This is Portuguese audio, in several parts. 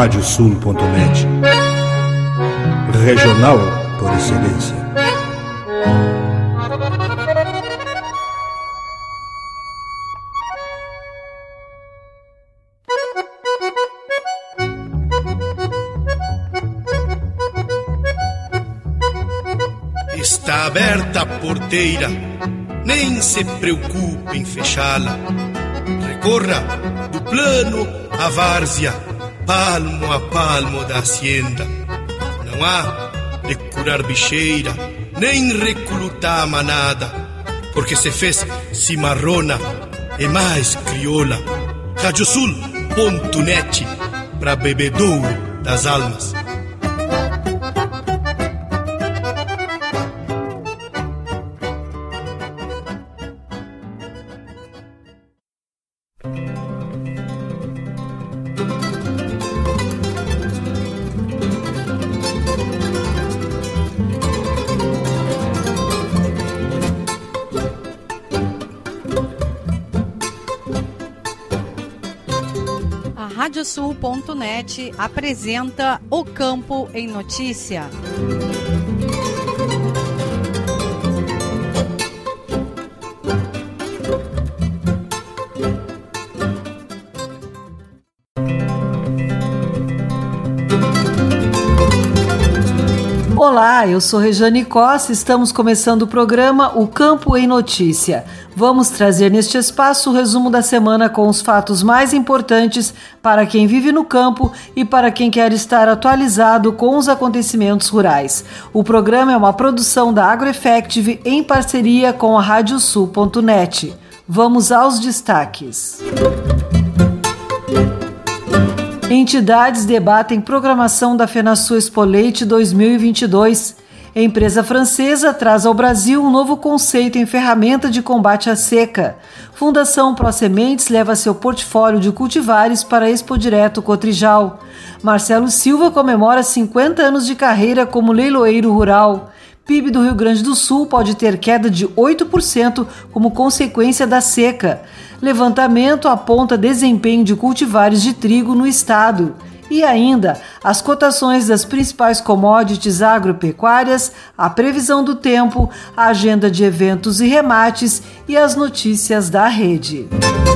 radiosul.net. Regional por excelência. Está aberta a porteira, nem se preocupe em fechá-la. Recorra do plano à várzea, palmo a palmo da hacienda. Não há de curar bicheira, nem recrutar manada, porque se fez cimarrona e mais crioula. Radiosul.net, pra bebedouro das almas. Radiosul.net apresenta O Campo em Notícia. Olá, eu sou Rejane Costa, estamos começando o programa O Campo em Notícia. Vamos trazer neste espaço o resumo da semana com os fatos mais importantes para quem vive no campo e para quem quer estar atualizado com os acontecimentos rurais. O programa é uma produção da AgroEffective em parceria com a Radiosul.net. Vamos aos destaques. Entidades debatem programação da FenaSul Expo Leite 2022. A empresa francesa traz ao Brasil um novo conceito em ferramenta de combate à seca. Fundação ProSementes leva seu portfólio de cultivares para a Expo Direto Cotrijal. Marcelo Silva comemora 50 anos de carreira como leiloeiro rural. PIB do Rio Grande do Sul pode ter queda de 8% como consequência da seca. Levantamento aponta desempenho de cultivares de trigo no estado. E ainda, as cotações das principais commodities agropecuárias, a previsão do tempo, a agenda de eventos e remates e as notícias da rede.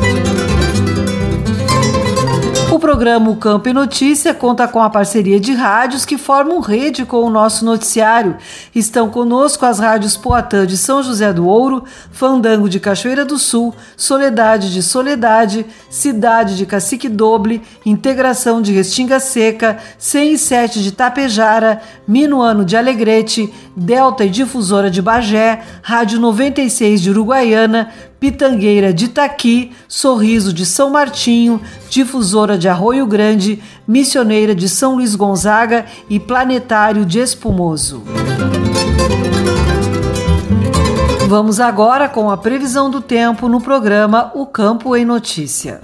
O programa O Campo em Notícia conta com a parceria de rádios que formam rede com o nosso noticiário. Estão conosco as rádios Poatã de São José do Ouro, Fandango de Cachoeira do Sul, Soledade de Soledade, Cidade de Cacique Doble, Integração de Restinga Seca, 107 de Tapejara, Minuano de Alegrete, Delta e Difusora de Bagé, Rádio 96 de Uruguaiana, Pitangueira de Itaqui, Sorriso de São Martinho, Difusora de Arroio Grande, Missioneira de São Luís Gonzaga e Planetário de Espumoso. Vamos agora com a previsão do tempo no programa O Campo em Notícia.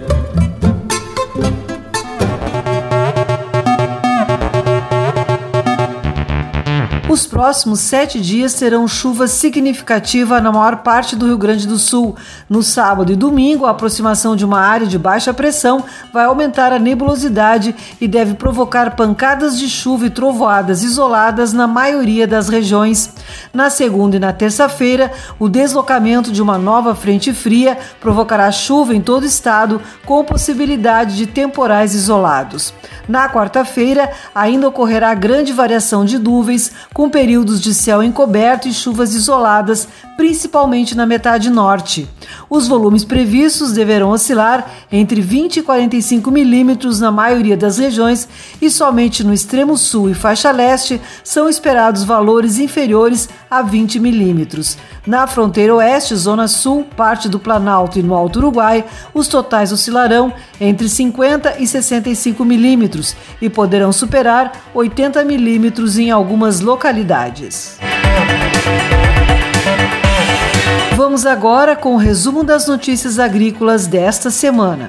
Os próximos 7 dias terão chuva significativa na maior parte do Rio Grande do Sul. No sábado e domingo, a aproximação de uma área de baixa pressão vai aumentar a nebulosidade e deve provocar pancadas de chuva e trovoadas isoladas na maioria das regiões. Na segunda e na terça-feira, o deslocamento de uma nova frente fria provocará chuva em todo o estado, com possibilidade de temporais isolados. Na quarta-feira, ainda ocorrerá grande variação de nuvens, com períodos de céu encoberto e chuvas isoladas, principalmente na metade norte. Os volumes previstos deverão oscilar entre 20 e 45 milímetros na maioria das regiões e somente no extremo sul e faixa leste são esperados valores inferiores a 20 milímetros. Na fronteira oeste, zona sul, parte do Planalto e no Alto Uruguai, os totais oscilarão entre 50 e 65 milímetros e poderão superar 80 milímetros em algumas localidades. Vamos agora com o resumo das notícias agrícolas desta semana.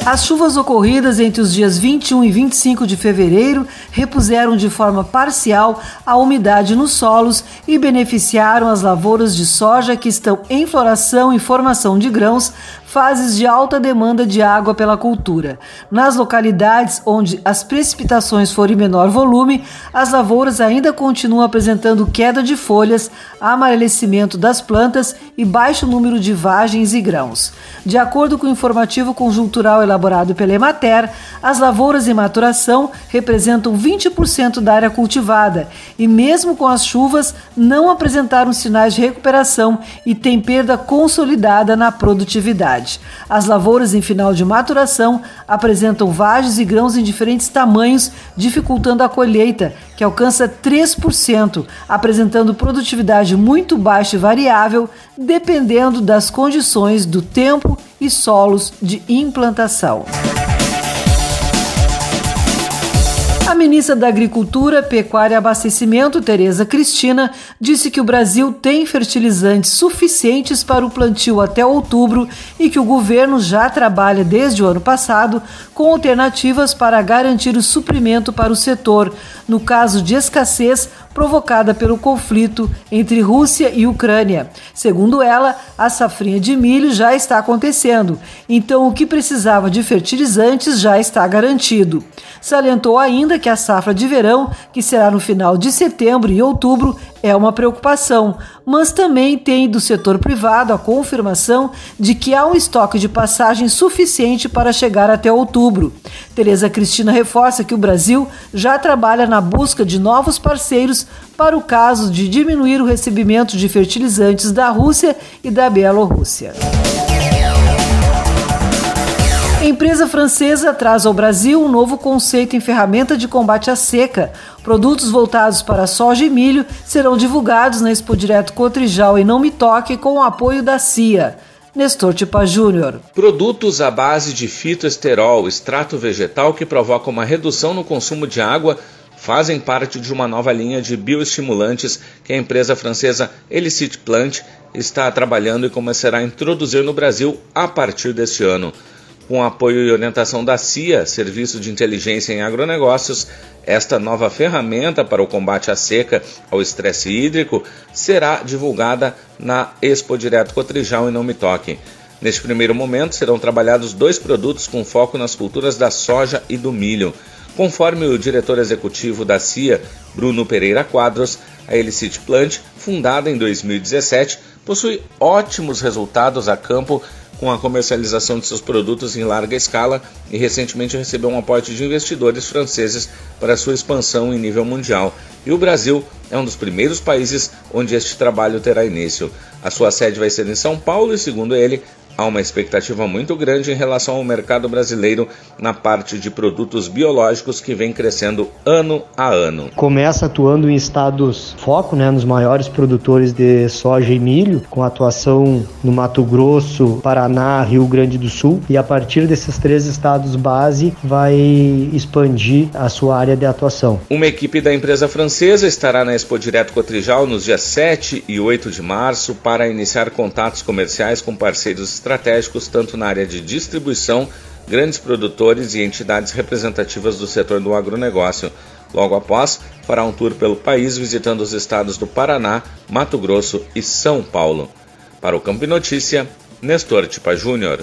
As chuvas ocorridas entre os dias 21 e 25 de fevereiro repuseram de forma parcial a umidade nos solos e beneficiaram as lavouras de soja que estão em floração e formação de grãos, fases de alta demanda de água pela cultura. Nas localidades onde as precipitações forem menor volume, as lavouras ainda continuam apresentando queda de folhas, amarelecimento das plantas e baixo número de vagens e grãos. De acordo com o informativo conjuntural elaborado pela Emater, as lavouras em maturação representam 20% da área cultivada e, mesmo com as chuvas, não apresentaram sinais de recuperação e têm perda consolidada na produtividade. As lavouras em final de maturação apresentam vagens e grãos em diferentes tamanhos, dificultando a colheita, que alcança 3%, apresentando produtividade muito baixa e variável, dependendo das condições do tempo e solos de implantação. A ministra da Agricultura, Pecuária e Abastecimento, Tereza Cristina, disse que o Brasil tem fertilizantes suficientes para o plantio até outubro e que o governo já trabalha desde o ano passado com alternativas para garantir o suprimento para o setor, no caso de escassez provocada pelo conflito entre Rússia e Ucrânia. Segundo ela, a safrinha de milho já está acontecendo, então o que precisava de fertilizantes já está garantido. Salientou ainda que a safra de verão, que será no final de setembro e outubro, é uma preocupação, mas também tem do setor privado a confirmação de que há um estoque de passagem suficiente para chegar até outubro. Tereza Cristina reforça que o Brasil já trabalha na busca de novos parceiros para o caso de diminuir o recebimento de fertilizantes da Rússia e da Bielorrússia. A empresa francesa traz ao Brasil um novo conceito em ferramenta de combate à seca. Produtos voltados para soja e milho serão divulgados na Expo Direto Cotrijal e Não Me Toque com o apoio da CIA. Nestor Tipa Júnior. Produtos à base de fitoesterol, extrato vegetal que provocam uma redução no consumo de água, fazem parte de uma nova linha de bioestimulantes que a empresa francesa Elicit Plant está trabalhando e começará a introduzir no Brasil a partir deste ano. Com apoio e orientação da CIA, Serviço de Inteligência em Agronegócios, esta nova ferramenta para o combate à seca, ao estresse hídrico, será divulgada na Expo Direto Cotrijal e Não Me Toque. Neste primeiro momento, serão trabalhados 2 produtos com foco nas culturas da soja e do milho. Conforme o diretor executivo da CIA, Bruno Pereira Quadros, a Elicit Plant, fundada em 2017, possui ótimos resultados a campo com a comercialização de seus produtos em larga escala e recentemente recebeu um aporte de investidores franceses para sua expansão em nível mundial. E o Brasil é um dos primeiros países onde este trabalho terá início. A sua sede vai ser em São Paulo e, segundo ele, há uma expectativa muito grande em relação ao mercado brasileiro na parte de produtos biológicos que vem crescendo ano a ano. Começa atuando em estados foco, nos maiores produtores de soja e milho, com atuação no Mato Grosso, Paraná, Rio Grande do Sul, e a partir desses 3 estados base vai expandir a sua área de atuação. Uma equipe da empresa francesa estará na Expo Direto Cotrijal nos dias 7 e 8 de março para iniciar contatos comerciais com parceiros estratégicos tanto na área de distribuição, grandes produtores e entidades representativas do setor do agronegócio. Logo após, fará um tour pelo país visitando os estados do Paraná, Mato Grosso e São Paulo. Para o Campo e Notícia, Nestor Tipa Júnior.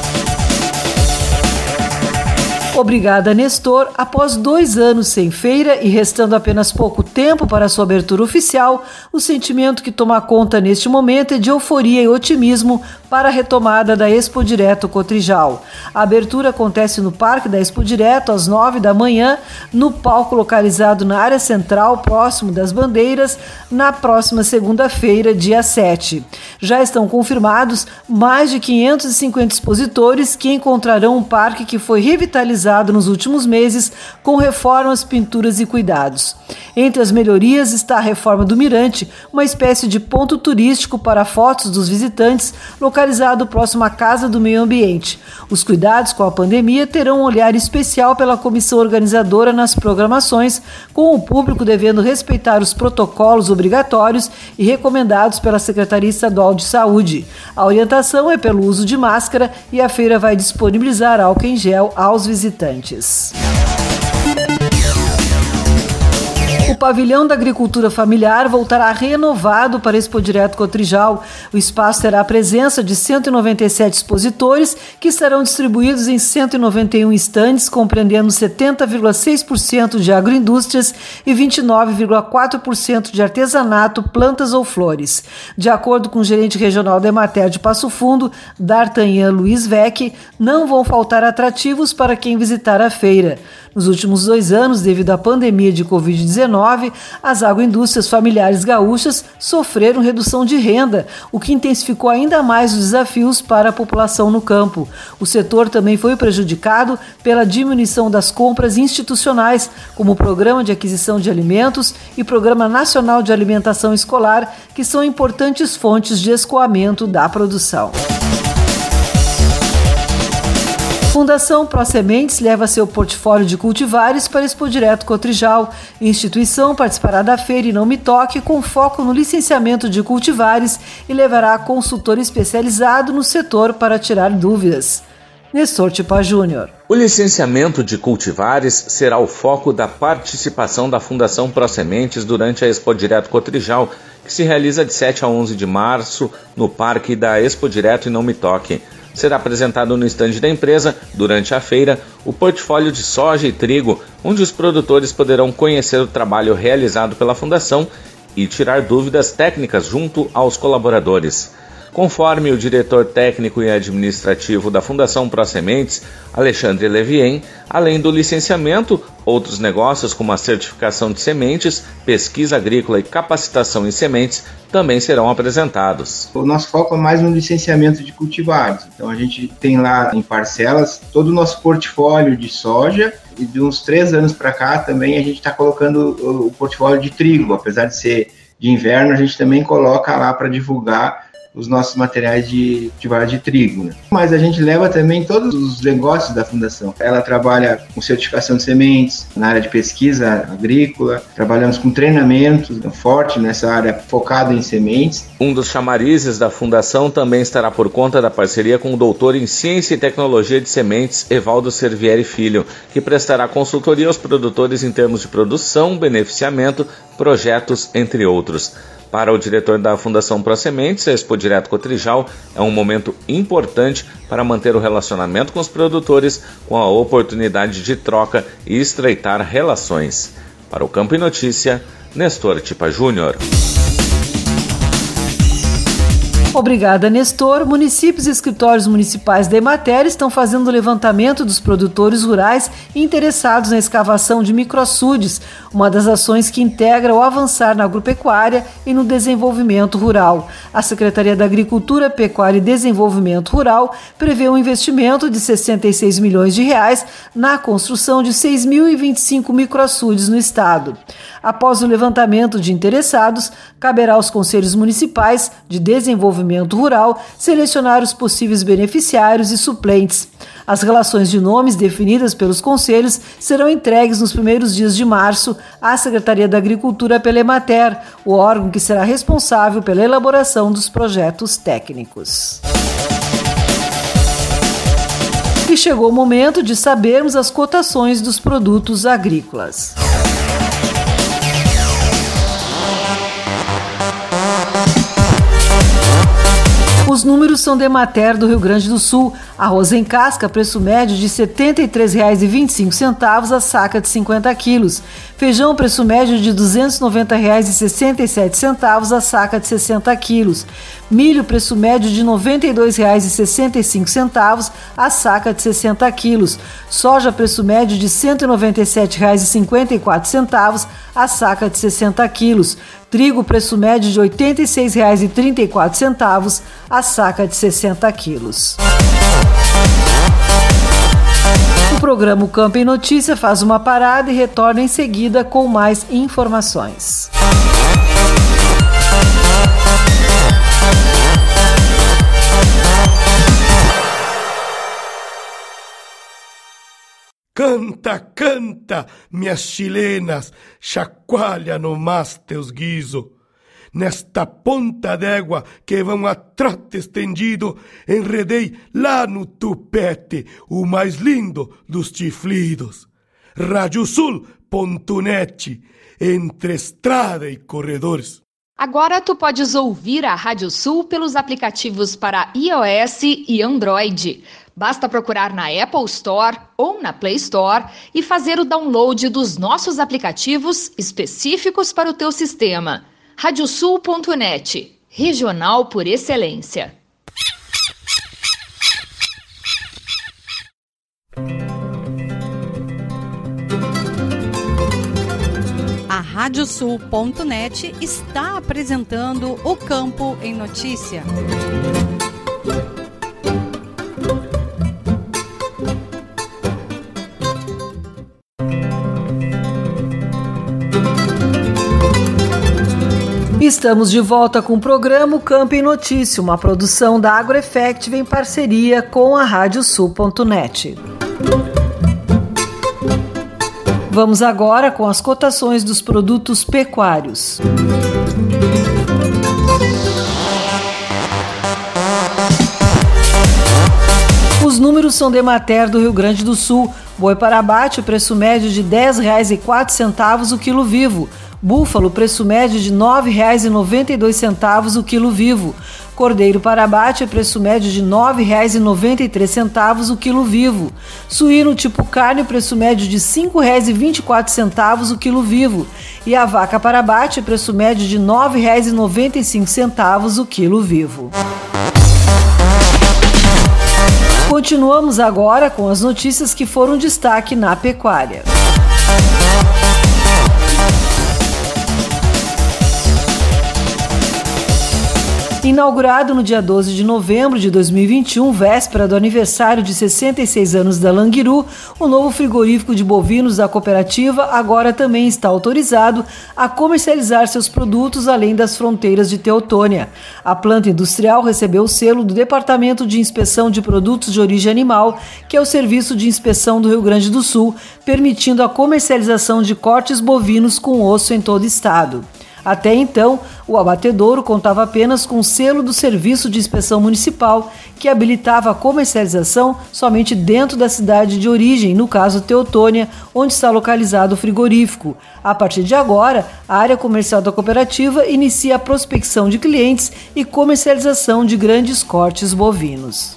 Obrigada, Nestor. Após 2 anos sem feira e restando apenas pouco tempo para sua abertura oficial, o sentimento que toma conta neste momento é de euforia e otimismo para a retomada da Expo Direto Cotrijal. A abertura acontece no Parque da Expo Direto às 9 da manhã, no palco localizado na área central, próximo das bandeiras, na próxima segunda-feira, dia 7. Já estão confirmados mais de 550 expositores que encontrarão um parque que foi revitalizado modernizado nos últimos meses com reformas, pinturas e cuidados. Entre as melhorias está a reforma do Mirante, uma espécie de ponto turístico para fotos dos visitantes, localizado próximo à Casa do Meio Ambiente. Os cuidados com a pandemia terão um olhar especial pela comissão organizadora nas programações, com o público devendo respeitar os protocolos obrigatórios e recomendados pela Secretaria Estadual de Saúde. A orientação é pelo uso de máscara e a feira vai disponibilizar álcool em gel aos visitantes. O pavilhão da agricultura familiar voltará renovado para a Expo Direto Cotrijal. O espaço terá a presença de 197 expositores que estarão distribuídos em 191 estandes, compreendendo 70,6% de agroindústrias e 29,4% de artesanato, plantas ou flores. De acordo com o gerente regional da Emater de Passo Fundo, D'Artagnan Luiz Vec, não vão faltar atrativos para quem visitar a feira. Nos últimos 2 anos, devido à pandemia de Covid-19, as agroindústrias familiares gaúchas sofreram redução de renda, o que intensificou ainda mais os desafios para a população no campo. O setor também foi prejudicado pela diminuição das compras institucionais, como o Programa de Aquisição de Alimentos e Programa Nacional de Alimentação Escolar, que são importantes fontes de escoamento da produção. Fundação ProSementes leva seu portfólio de cultivares para a Expo Direto Cotrijal. A instituição participará da feira E Não Me Toque com foco no licenciamento de cultivares e levará consultor especializado no setor para tirar dúvidas. Nestor Tipa Júnior. O licenciamento de cultivares será o foco da participação da Fundação ProSementes durante a Expo Direto Cotrijal, que se realiza de 7 a 11 de março no Parque da Expo Direto E Não Me Toque. Será apresentado no estande da empresa, durante a feira, o portfólio de soja e trigo, onde os produtores poderão conhecer o trabalho realizado pela Fundação e tirar dúvidas técnicas junto aos colaboradores. Conforme o diretor técnico e administrativo da Fundação ProSementes, Alexandre Levien, além do licenciamento, outros negócios como a certificação de sementes, pesquisa agrícola e capacitação em sementes também serão apresentados. O nosso foco é mais no licenciamento de cultivares. Então a gente tem lá em parcelas todo o nosso portfólio de soja e de uns 3 anos para cá também a gente está colocando o portfólio de trigo. Apesar de ser de inverno, a gente também coloca lá para divulgar os nossos materiais de cultivar de trigo, né? Mas a gente leva também todos os negócios da Fundação. Ela trabalha com certificação de sementes, na área de pesquisa agrícola, trabalhamos com treinamento forte nessa área focada em sementes. Um dos chamarizes da Fundação também estará por conta da parceria com o doutor em Ciência e Tecnologia de Sementes, Evaldo Servieri Filho, que prestará consultoria aos produtores em termos de produção, beneficiamento, projetos, entre outros. Para o diretor da Fundação ProSementes, a Expo Direto Cotrijal é um momento importante para manter o relacionamento com os produtores, com a oportunidade de troca e estreitar relações. Para o Campo e Notícia, Nestor Tipa Júnior. Obrigada, Nestor. Municípios e escritórios municipais da Emater estão fazendo o levantamento dos produtores rurais interessados na escavação de microaçudes, uma das ações que integra o avançar na agropecuária e no desenvolvimento rural. A Secretaria da Agricultura, Pecuária e Desenvolvimento Rural prevê um investimento de 66 milhões de reais na construção de 6.025 microaçudes no estado. Após o levantamento de interessados, caberá aos conselhos municipais de desenvolvimento rural selecionar os possíveis beneficiários e suplentes. As relações de nomes definidas pelos conselhos serão entregues nos primeiros dias de março à Secretaria da Agricultura pela Emater, o órgão que será responsável pela elaboração dos projetos técnicos. E chegou o momento de sabermos as cotações dos produtos agrícolas. Os números são da Emater do Rio Grande do Sul. Arroz em casca, preço médio de R$ 73,25 a saca de 50 quilos. Feijão, preço médio de R$ 290,67 a saca de 60 quilos. Milho, preço médio de R$ 92,65 a saca de 60 quilos. Soja, preço médio de R$ 197,54 a saca de 60 quilos. Trigo, preço médio de R$ 86,34 a saca de 60 quilos. O programa O Campo em Notícia faz uma parada e retorna em seguida com mais informações. Canta, canta, minhas chilenas, chacoalha no mas teus guiso. Nesta ponta d'égua que vão a trote estendido, enredei lá no tupete o mais lindo dos chiflidos. Radiosul.net, entre estrada e corredores. Agora tu podes ouvir a Rádio Sul pelos aplicativos para iOS e Android. Basta procurar na Apple Store ou na Play Store e fazer o download dos nossos aplicativos específicos para o teu sistema. Radiosul.net, regional por excelência. A Radiosul.net está apresentando o Campo em Notícia. Estamos de volta com o programa Campo em Notícia, uma produção da AgroEffective em parceria com a Radiosul.net. Vamos agora com as cotações dos produtos pecuários. Os números são de Emater do Rio Grande do Sul. Boi para abate, o preço médio de R$ 10,04 o quilo vivo. Búfalo, preço médio de R$ 9,92 o quilo vivo. Cordeiro para abate, preço médio de R$ 9,93 o quilo vivo. Suíno tipo carne, preço médio de R$ 5,24 o quilo vivo. E a vaca para abate, preço médio de R$ 9,95 o quilo vivo. Continuamos agora com as notícias que foram destaque na pecuária. Inaugurado no dia 12 de novembro de 2021, véspera do aniversário de 66 anos da Languiru, o novo frigorífico de bovinos da cooperativa agora também está autorizado a comercializar seus produtos além das fronteiras de Teutônia. A planta industrial recebeu o selo do Departamento de Inspeção de Produtos de Origem Animal, que é o Serviço de Inspeção do Rio Grande do Sul, permitindo a comercialização de cortes bovinos com osso em todo o estado. Até então, o abatedouro contava apenas com o selo do Serviço de Inspeção Municipal, que habilitava a comercialização somente dentro da cidade de origem, no caso Teutônia, onde está localizado o frigorífico. A partir de agora, a área comercial da cooperativa inicia a prospecção de clientes e comercialização de grandes cortes bovinos.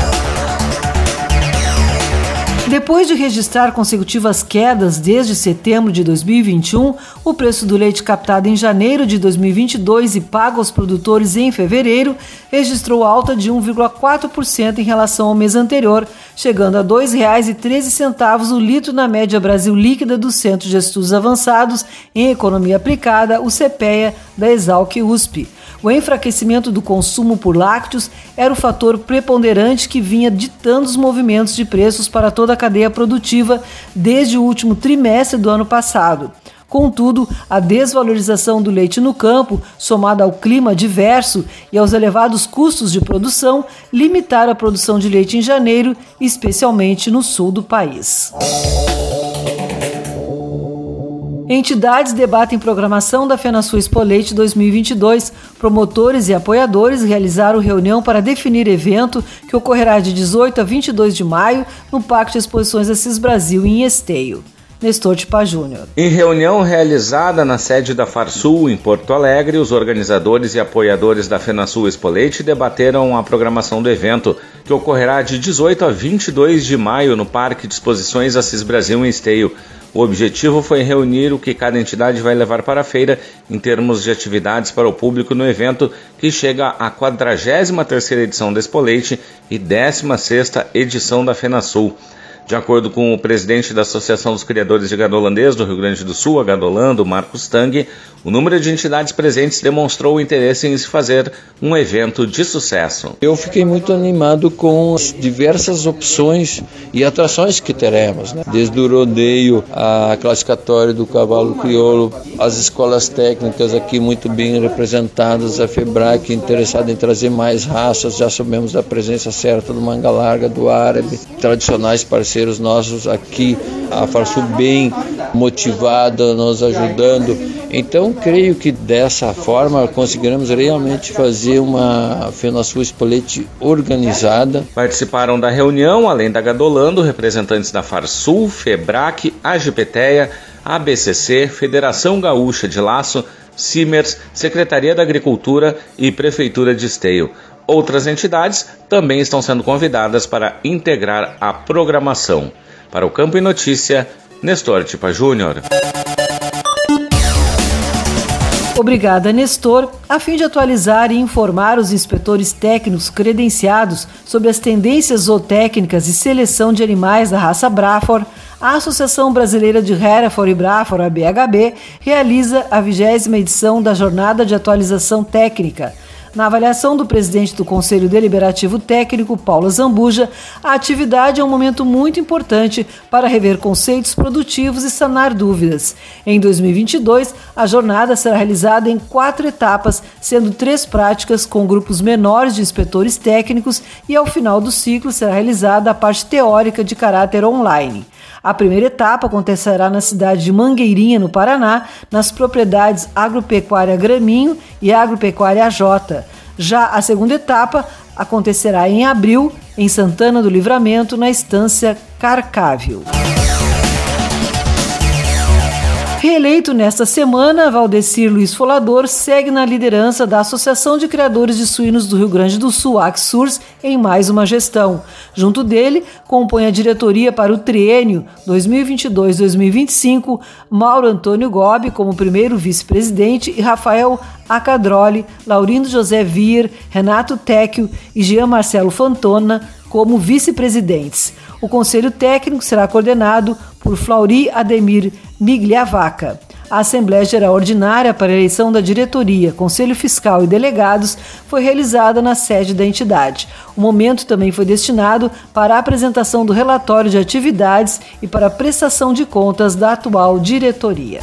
Depois de registrar consecutivas quedas desde setembro de 2021, o preço do leite captado em janeiro de 2022 e pago aos produtores em fevereiro registrou alta de 1,4% em relação ao mês anterior, chegando a R$ 2,13 o litro na média Brasil líquida do Centro de Estudos Avançados em Economia Aplicada, o CEPEA, da Exalc USP. O enfraquecimento do consumo por lácteos era o fator preponderante que vinha ditando os movimentos de preços para toda a cadeia produtiva desde o último trimestre do ano passado. Contudo, a desvalorização do leite no campo, somada ao clima adverso e aos elevados custos de produção, limitaram a produção de leite em janeiro, especialmente no sul do país. Entidades debatem programação da FenaSul Expo Leite 2022. Promotores e apoiadores realizaram reunião para definir evento que ocorrerá de 18 a 22 de maio no Parque de Exposições Assis Brasil, em Esteio. Nestor Tipa Júnior. Em reunião realizada na sede da Farsul, em Porto Alegre, os organizadores e apoiadores da FenaSul Expo Leite debateram a programação do evento, que ocorrerá de 18 a 22 de maio no Parque de Exposições Assis Brasil, em Esteio. O objetivo foi reunir o que cada entidade vai levar para a feira em termos de atividades para o público no evento, que chega à 43ª edição da Expo Leite e 16ª edição da FenaSul. De acordo com o presidente da Associação dos Criadores de Gado Holandês do Rio Grande do Sul, a Gadolando, Marcos Tang, o número de entidades presentes demonstrou o interesse em se fazer um evento de sucesso. Eu fiquei muito animado com as diversas opções e atrações que teremos, né? Desde o rodeio, a classificatória do cavalo crioulo, as escolas técnicas aqui muito bem representadas, a FEBRAC interessada em trazer mais raças, já sabemos da presença certa do manga larga, do árabe, tradicionais parceiros nossos aqui, a Farsul bem motivada, nos ajudando. Então, creio que dessa forma conseguiremos realmente fazer uma FenaSul Espolete organizada. Participaram da reunião, além da Gadolando, representantes da Farsul, FEBRAC, AGPTEA, ABCC, Federação Gaúcha de Laço, Simers, Secretaria da Agricultura e Prefeitura de Esteio. Outras entidades também estão sendo convidadas para integrar a programação. Para o Campo e Notícia, Nestor Tipa Júnior. Obrigada, Nestor. A fim de atualizar e informar os inspetores técnicos credenciados sobre as tendências zootécnicas e seleção de animais da raça Braathor, a Associação Brasileira de Hereford e Braathor, a BHB, realiza a 20ª edição da Jornada de Atualização Técnica. Na avaliação do presidente do Conselho Deliberativo Técnico, Paulo Zambuja, a atividade é um momento muito importante para rever conceitos produtivos e sanar dúvidas. Em 2022, a jornada será realizada em 4 etapas, sendo 3 práticas com grupos menores de inspetores técnicos e, ao final do ciclo, será realizada a parte teórica de caráter online. A primeira etapa acontecerá na cidade de Mangueirinha, no Paraná, nas propriedades Agropecuária Graminho e Agropecuária J. Já a segunda etapa acontecerá em abril, em Santana do Livramento, na estância Carcávio. Reeleito nesta semana, Valdecir Luiz Folador segue na liderança da Associação de Criadores de Suínos do Rio Grande do Sul, AXSURS, em mais uma gestão. Junto dele, compõe a diretoria para o triênio 2022-2025, Mauro Antônio Gobi como primeiro vice-presidente e Rafael Acadroli, Laurindo José Vier, Renato Tecchio e Jean Marcelo Fantona como vice-presidentes. O Conselho Técnico será coordenado por Flauri Ademir Migliavaca. A Assembleia Geral Ordinária para a eleição da diretoria, Conselho Fiscal e delegados foi realizada na sede da entidade. O momento também foi destinado para a apresentação do relatório de atividades e para a prestação de contas da atual diretoria.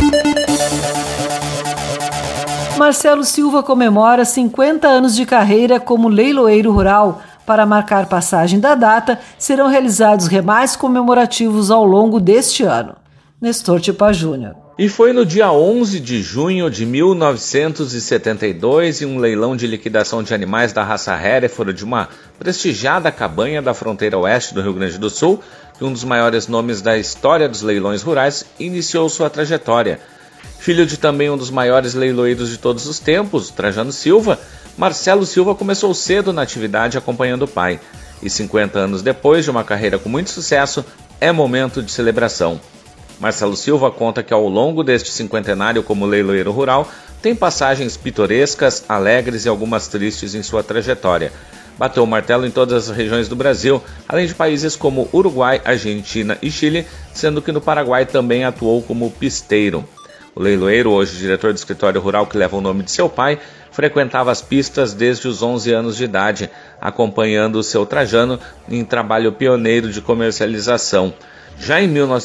Marcelo Silva comemora 50 anos de carreira como leiloeiro rural. Para marcar passagem da data, serão realizados remais comemorativos ao longo deste ano. Nestor Tipa Júnior. E foi no dia 11 de junho de 1972, em um leilão de liquidação de animais da raça Hereford de uma prestigiada cabanha da fronteira oeste do Rio Grande do Sul, que um dos maiores nomes da história dos leilões rurais iniciou sua trajetória. Filho de também um dos maiores leiloeiros de todos os tempos, Trajano Silva, Marcelo Silva começou cedo na atividade acompanhando o pai. E 50 anos depois de uma carreira com muito sucesso, é momento de celebração. Marcelo Silva conta que ao longo deste cinquentenário como leiloeiro rural, tem passagens pitorescas, alegres e algumas tristes em sua trajetória. Bateu o martelo em todas as regiões do Brasil, além de países como Uruguai, Argentina e Chile, sendo que no Paraguai também atuou como pisteiro. O leiloeiro, hoje diretor do escritório rural que leva o nome de seu pai, frequentava as pistas desde os 11 anos de idade, acompanhando o seu Trajano em trabalho pioneiro de comercialização. Já em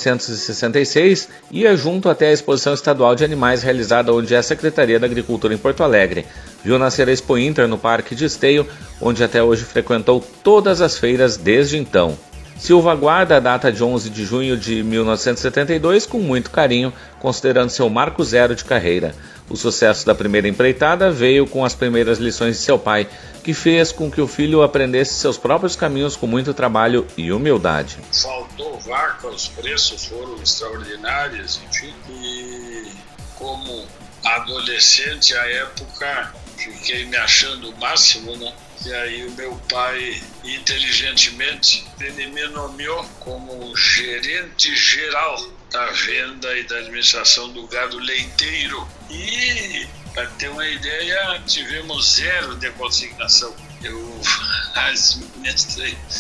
1966, ia junto até a Exposição Estadual de Animais realizada onde é a Secretaria da Agricultura em Porto Alegre. Viu nascer a Expo Inter no Parque de Esteio, onde até hoje frequentou todas as feiras desde então. Silva guarda a data de 11 de junho de 1972 com muito carinho, considerando seu marco zero de carreira. O sucesso da primeira empreitada veio com as primeiras lições de seu pai, que fez com que o filho aprendesse seus próprios caminhos com muito trabalho e humildade. Faltou vaca, os preços foram extraordinários, enfim, e como adolescente à época fiquei me achando o máximo, né? E aí o meu pai, inteligentemente, ele me nomeou como gerente geral da venda e da administração do gado leiteiro. E, para ter uma ideia, tivemos 0 de consignação. Eu administrei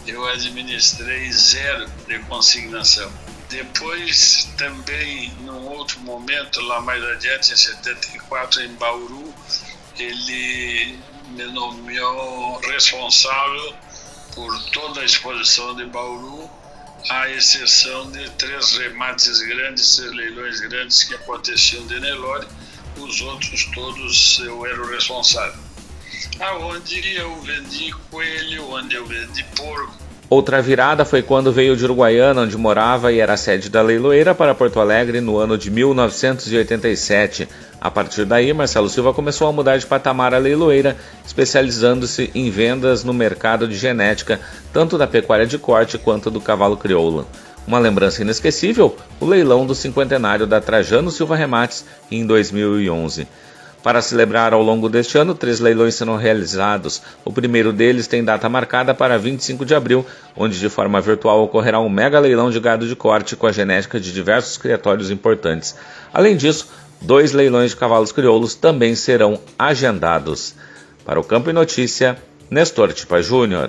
eu administrei 0 de consignação. Depois, também, num outro momento, lá mais adiante, em 74, em Bauru, ele me nomeou responsável por toda a exposição de Bauru, à exceção de 3 remates grandes, 3 leilões grandes que aconteciam de Nelore. Os outros todos eu era o responsável. Aonde eu vendi coelho, onde eu vendi porco. Outra virada foi quando veio de Uruguaiana, onde morava e era sede da leiloeira, para Porto Alegre no ano de 1987. A partir daí, Marcelo Silva começou a mudar de patamar a leiloeira, especializando-se em vendas no mercado de genética, tanto da pecuária de corte quanto do cavalo crioulo. Uma lembrança inesquecível, o leilão do cinquentenário da Trajano Silva Remates em 2011. Para celebrar ao longo deste ano, 3 leilões serão realizados. O primeiro deles tem data marcada para 25 de abril, onde de forma virtual ocorrerá um mega leilão de gado de corte com a genética de diversos criatórios importantes. Além disso, 2 leilões de cavalos crioulos também serão agendados. Para o Campo e Notícia, Nestor Tipa Júnior.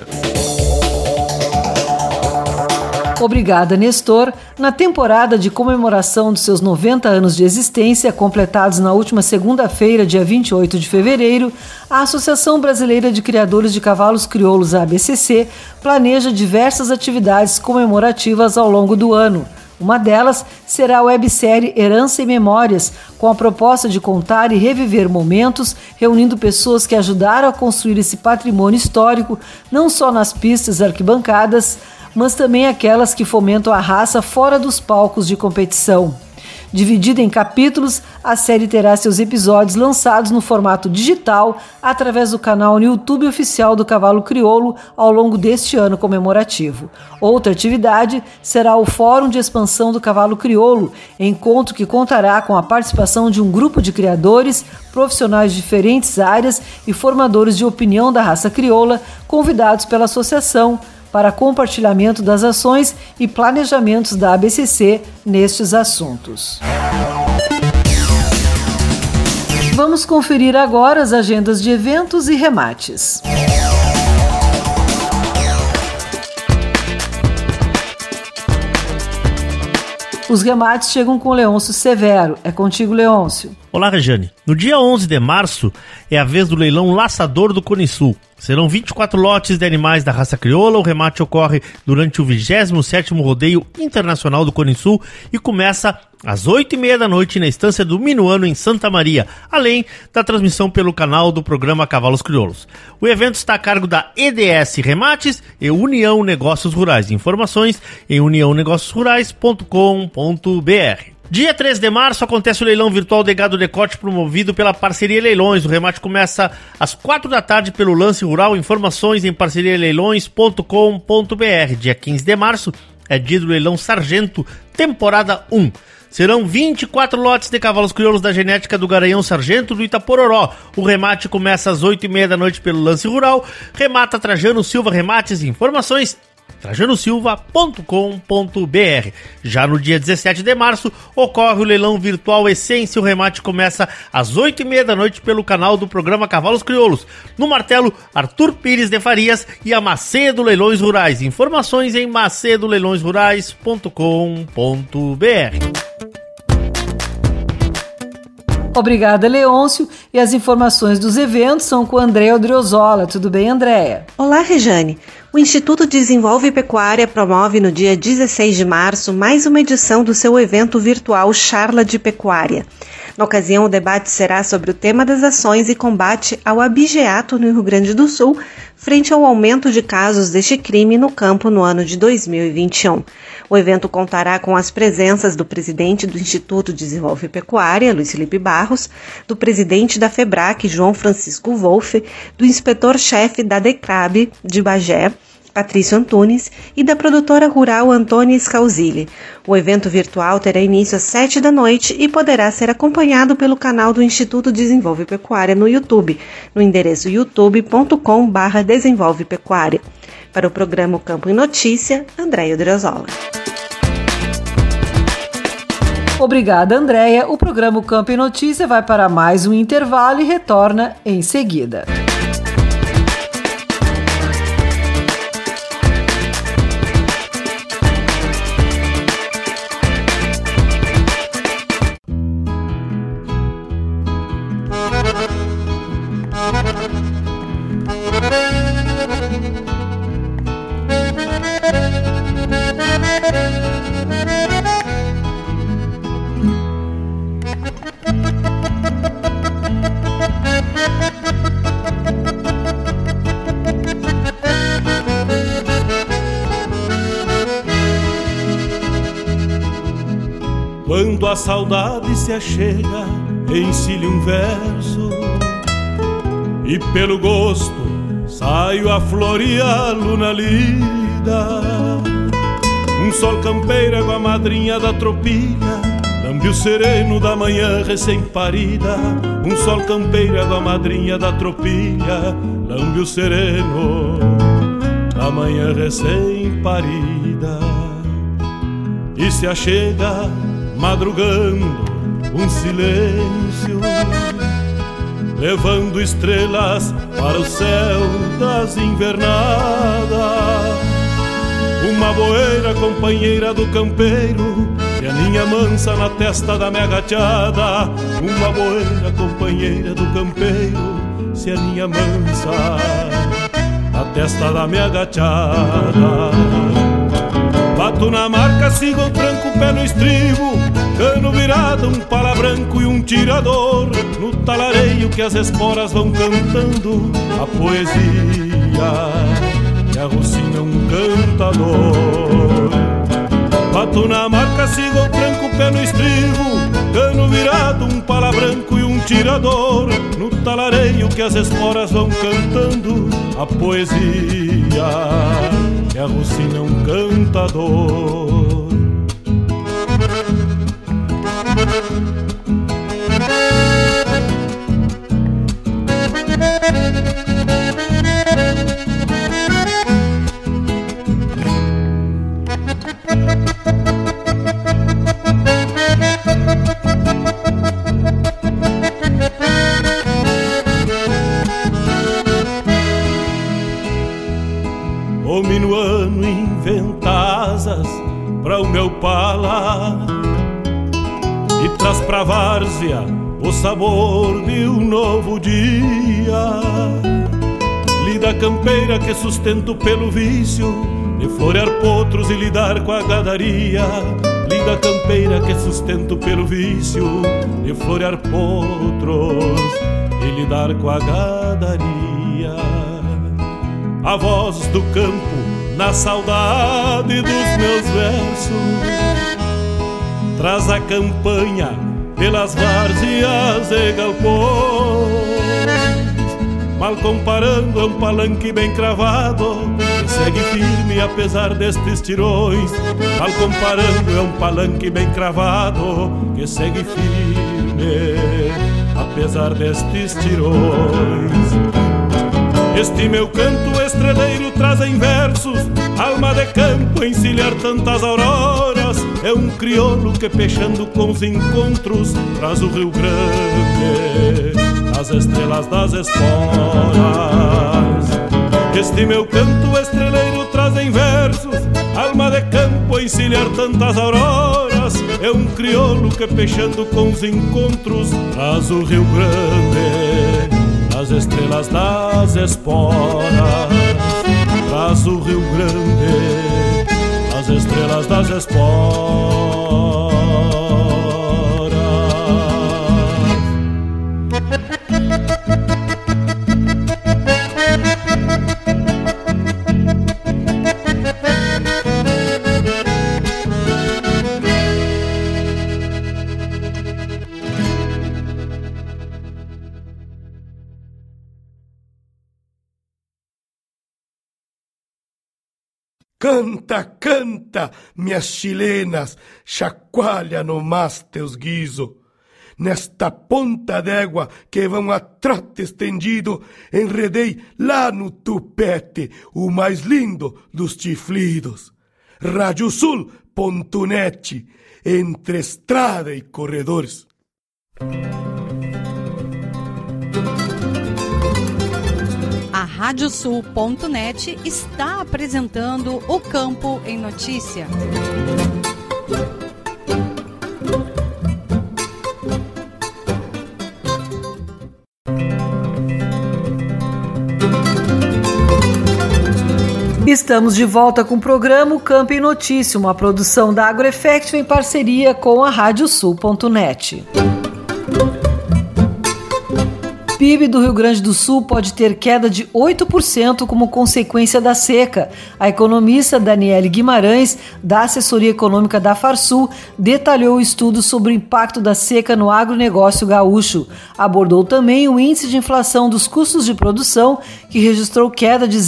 Obrigada, Nestor. Na temporada de comemoração dos seus 90 anos de existência, completados na última segunda-feira, dia 28 de fevereiro, a Associação Brasileira de Criadores de Cavalos Crioulos, a ABCC, planeja diversas atividades comemorativas ao longo do ano. Uma delas será a websérie Herança e Memórias, com a proposta de contar e reviver momentos, reunindo pessoas que ajudaram a construir esse patrimônio histórico, não só nas pistas e arquibancadas, mas também aquelas que fomentam a raça fora dos palcos de competição. Dividida em capítulos, a série terá seus episódios lançados no formato digital através do canal no YouTube oficial do Cavalo Crioulo ao longo deste ano comemorativo. Outra atividade será o Fórum de Expansão do Cavalo Crioulo, encontro que contará com a participação de um grupo de criadores, profissionais de diferentes áreas e formadores de opinião da raça crioula, convidados pela associação, para compartilhamento das ações e planejamentos da ABCC nestes assuntos. Vamos conferir agora as agendas de eventos e remates. Os remates chegam com Leôncio Severo. É contigo, Leôncio. Olá, Rejane. No dia 11 de março é a vez do leilão Laçador do Cone Sul. Serão 24 lotes de animais da raça crioula. O remate ocorre durante o 27º Rodeio Internacional do Cone Sul e começa às 8h30 da noite na estância do Minuano, em Santa Maria, além da transmissão pelo canal do programa Cavalos Crioulos. O evento está a cargo da EDS Remates e União Negócios Rurais. Informações em uniãonegóciosrurais.com.br. Dia 3 de março acontece o leilão virtual de gado de corte promovido pela Parceria Leilões. O remate começa às 4 da tarde pelo Lance Rural. Informações em parcerialeilões.com.br. Dia 15 de março é dia do leilão Sargento, temporada 1. Serão 24 lotes de cavalos crioulos da genética do Garanhão Sargento do Itapororó. O remate começa às 8h30 da noite pelo Lance Rural. Remata Trajano Silva Remates. Informações trajanosilva.com.br. Já no dia 17 de março ocorre o leilão virtual Essência. O remate começa às 8h30 da noite pelo canal do programa Cavalos Crioulos. No martelo, Arthur Pires de Farias e a Macedo Leilões Rurais. Informações em macedoleilõesrurais.com.br. Obrigada, Leôncio. E as informações dos eventos são com Andréa Odriozola. Tudo bem, Andréa? Olá, Rejane. O Instituto Desenvolve Pecuária promove no dia 16 de março mais uma edição do seu evento virtual Charla de Pecuária. Na ocasião, o debate será sobre o tema das ações e combate ao abigeato no Rio Grande do Sul, frente ao aumento de casos deste crime no campo no ano de 2021. O evento contará com as presenças do presidente do Instituto Desenvolve Pecuária, Luiz Felipe Barros, do presidente da FEBRAC, João Francisco Wolff, do inspetor-chefe da DECRAB de Bagé, Patrício Antunes, e da produtora rural Antônia Scalzilli. O evento virtual terá início às 7 da noite e poderá ser acompanhado pelo canal do Instituto Desenvolve Pecuária no YouTube, no endereço youtube.com/desenvolvepecuária. Para o programa Campo e Notícia, Andréa Odriozola. Obrigada, Andréa. O programa Campo e Notícia vai para mais um intervalo e retorna em seguida. a saudade se achega, ensile um verso, e pelo gosto saio a floreá-lo na lida. Um sol campeiro com a madrinha da tropilha, lambe o sereno da manhã recém-parida. Um sol campeiro com a madrinha da tropilha, lambe o sereno da manhã recém-parida. E se achega madrugando um silêncio, levando estrelas para o céu das invernadas. Uma boeira companheira do campeiro, que aninha mansa na testa da minha gachada. Uma boeira companheira do campeiro, se aninha mansa na testa da minha gachada. Bato na marca, sigo o tranco, pé no estribo, cano virado, um pala branco e um tirador. No talareio que as esporas vão cantando a poesia que arrucina um cantador. Bato na marca, sigo o tranco, pé no estribo, cano virado, um pala branco e um tirador. No talareio que as esporas vão cantando a poesia que arrucina um cantador. O minuano inventa asas pra o meu pala e traz pra várzea o sabor de um novo dia. Lida campeira que sustento pelo vício de florear potros e lidar com a gadaria. Lida campeira que sustento pelo vício de florear potros e lidar com a gadaria. A voz do campo na saudade dos meus versos traz a campanha pelas várzeas e galpões. Mal comparando é um palanque bem cravado que segue firme apesar destes tirões. Mal comparando é um palanque bem cravado que segue firme apesar destes tirões. Este meu canto estreleiro traz em versos alma de campo, encilhar tantas auroras. É um crioulo que peixando com os encontros traz o Rio Grande, as estrelas das esporas. Este meu canto estreleiro traz em versos alma de campo, encilhar tantas auroras. É um crioulo que peixando com os encontros traz o Rio Grande, as estrelas das esporas. Traz o Rio Grande, as estrelas das esporas. Canta, canta, minhas chilenas, chacoalha no mas teus guiso. Nesta ponta d'égua que vão a trote estendido, enredei lá no tupete o mais lindo dos chiflidos. Radiosul.net, entre estrada e corredores. A Radiosul.net está apresentando o Campo em Notícia. Estamos de volta com o programa Campo em Notícia, uma produção da AgroEffect em parceria com a Radiosul.net. PIB do Rio Grande do Sul pode ter queda de 8% como consequência da seca. A economista Daniele Guimarães, da assessoria econômica da Farsul, detalhou o estudo sobre o impacto da seca no agronegócio gaúcho. Abordou também o índice de inflação dos custos de produção, que registrou queda de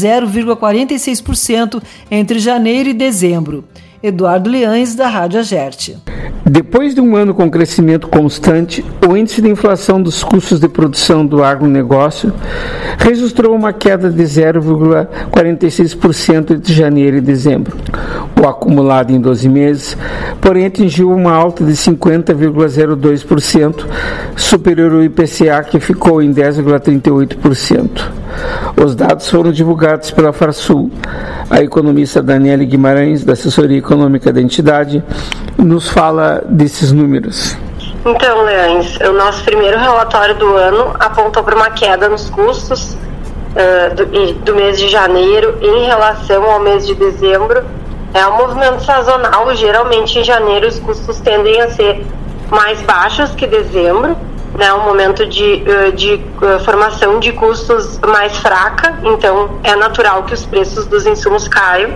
0,46% entre janeiro e dezembro. Eduardo Leães, da Rádio Agerte. Depois de um ano com crescimento constante, o índice de inflação dos custos de produção do agronegócio registrou uma queda de 0,46% entre janeiro e dezembro. O acumulado em 12 meses, porém, atingiu uma alta de 50,02%, superior ao IPCA, que ficou em 10,38%. Os dados foram divulgados pela Farsul. A economista Daniele Guimarães, da assessoria econômica da entidade, nos fala desses números. Então, Leães, o nosso primeiro relatório do ano apontou para uma queda nos custos do mês de janeiro em relação ao mês de dezembro. É um movimento sazonal, geralmente em janeiro os custos tendem a ser mais baixos que dezembro, né, um momento de formação de custos mais fraca, então é natural que os preços dos insumos caiam.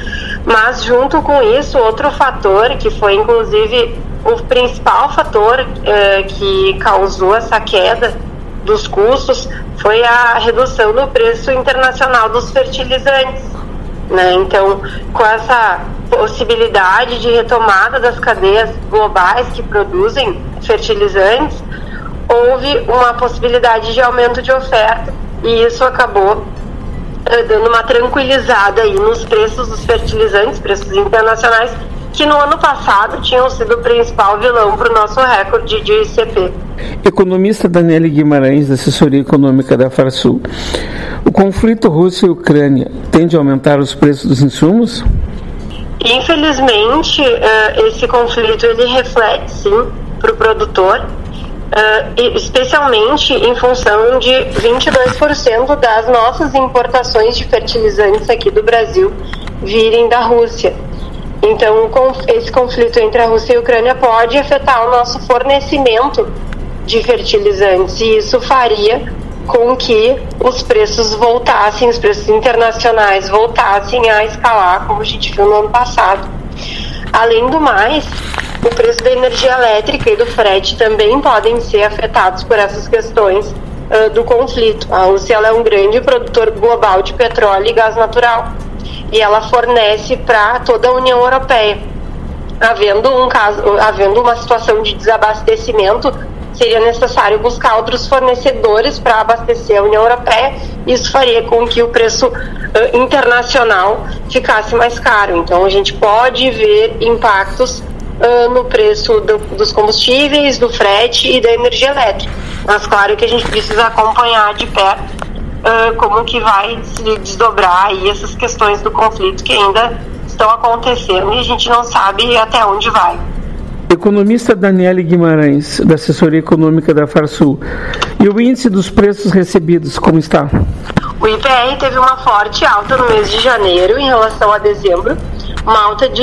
Mas junto com isso, outro fator, que foi inclusive o principal fator que causou essa queda dos custos, foi a redução do preço internacional dos fertilizantes, né? Então, com essa possibilidade de retomada das cadeias globais que produzem fertilizantes, houve uma possibilidade de aumento de oferta e isso acabou dando uma tranquilizada aí nos preços dos fertilizantes, preços internacionais, que no ano passado tinham sido o principal vilão para o nosso recorde de ICP. Economista Daniele Guimarães, da assessoria econômica da Farsul. O conflito Rússia e Ucrânia tende a aumentar os preços dos insumos? Infelizmente, esse conflito ele reflete sim para o produtor, especialmente em função de 22% das nossas importações de fertilizantes aqui do Brasil virem da Rússia. Então, esse conflito entre a Rússia e a Ucrânia pode afetar o nosso fornecimento de fertilizantes e isso faria com que os preços voltassem, os preços internacionais voltassem a escalar, como a gente viu no ano passado. Além do mais, o preço da energia elétrica e do frete também podem ser afetados por essas questões do conflito. A Rússia ela é um grande produtor global de petróleo e gás natural e ela fornece para toda a União Europeia. Havendo uma situação de desabastecimento, seria necessário buscar outros fornecedores para abastecer a União Europeia. Isso faria com que o preço internacional ficasse mais caro. Então, a gente pode ver impactos no preço dos combustíveis, do frete e da energia elétrica. Mas, claro que a gente precisa acompanhar de perto como que vai se desdobrar aí essas questões do conflito que ainda estão acontecendo e a gente não sabe até onde vai. Economista Daniele Guimarães, da assessoria econômica da Farsul. E o índice dos preços recebidos, como está? O IPR teve uma forte alta no mês de janeiro em relação a dezembro, uma alta de